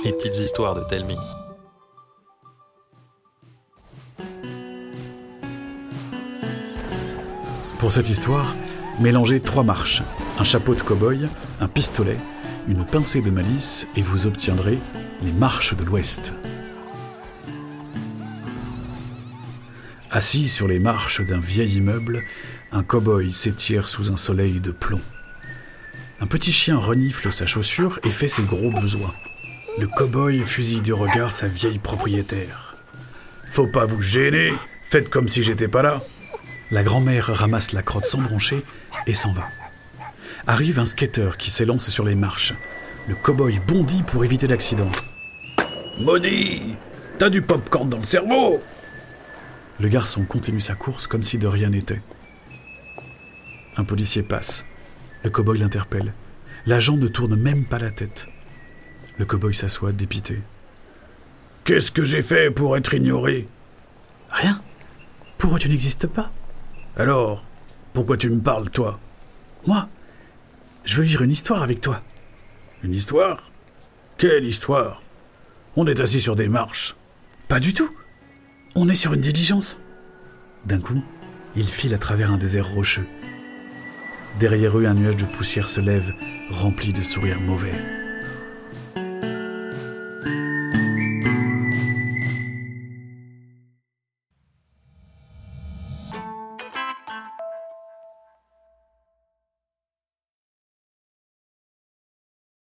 Les petites histoires de Telmi. Pour cette histoire, mélangez 3 marches, un chapeau de cow-boy, un pistolet, une pincée de malice et vous obtiendrez les marches de l'Ouest. Assis sur les marches d'un vieil immeuble, un cow-boy s'étire sous un soleil de plomb. Un petit chien renifle sa chaussure et fait ses gros besoins. Le cow-boy fusille du regard sa vieille propriétaire. « Faut pas vous gêner, faites comme si j'étais pas là !» La grand-mère ramasse la crotte sans broncher et s'en va. Arrive un skateur qui s'élance sur les marches. Le cow-boy bondit pour éviter l'accident. « Maudit, t'as du pop-corn dans le cerveau !» Le garçon continue sa course comme si de rien n'était. Un policier passe. Le cow-boy l'interpelle. L'agent ne tourne même pas la tête. Le cow-boy s'assoit, dépité. « Qu'est-ce que j'ai fait pour être ignoré ?»« Rien. Pour eux, tu n'existes pas. »« Alors, pourquoi tu me parles, toi ?»« Moi, je veux vivre une histoire avec toi. »« Une histoire ? Quelle histoire ? On est assis sur des marches. »« Pas du tout. On est sur une diligence. » D'un coup, il file à travers un désert rocheux. Derrière eux, un nuage de poussière se lève, rempli de sourires mauvais.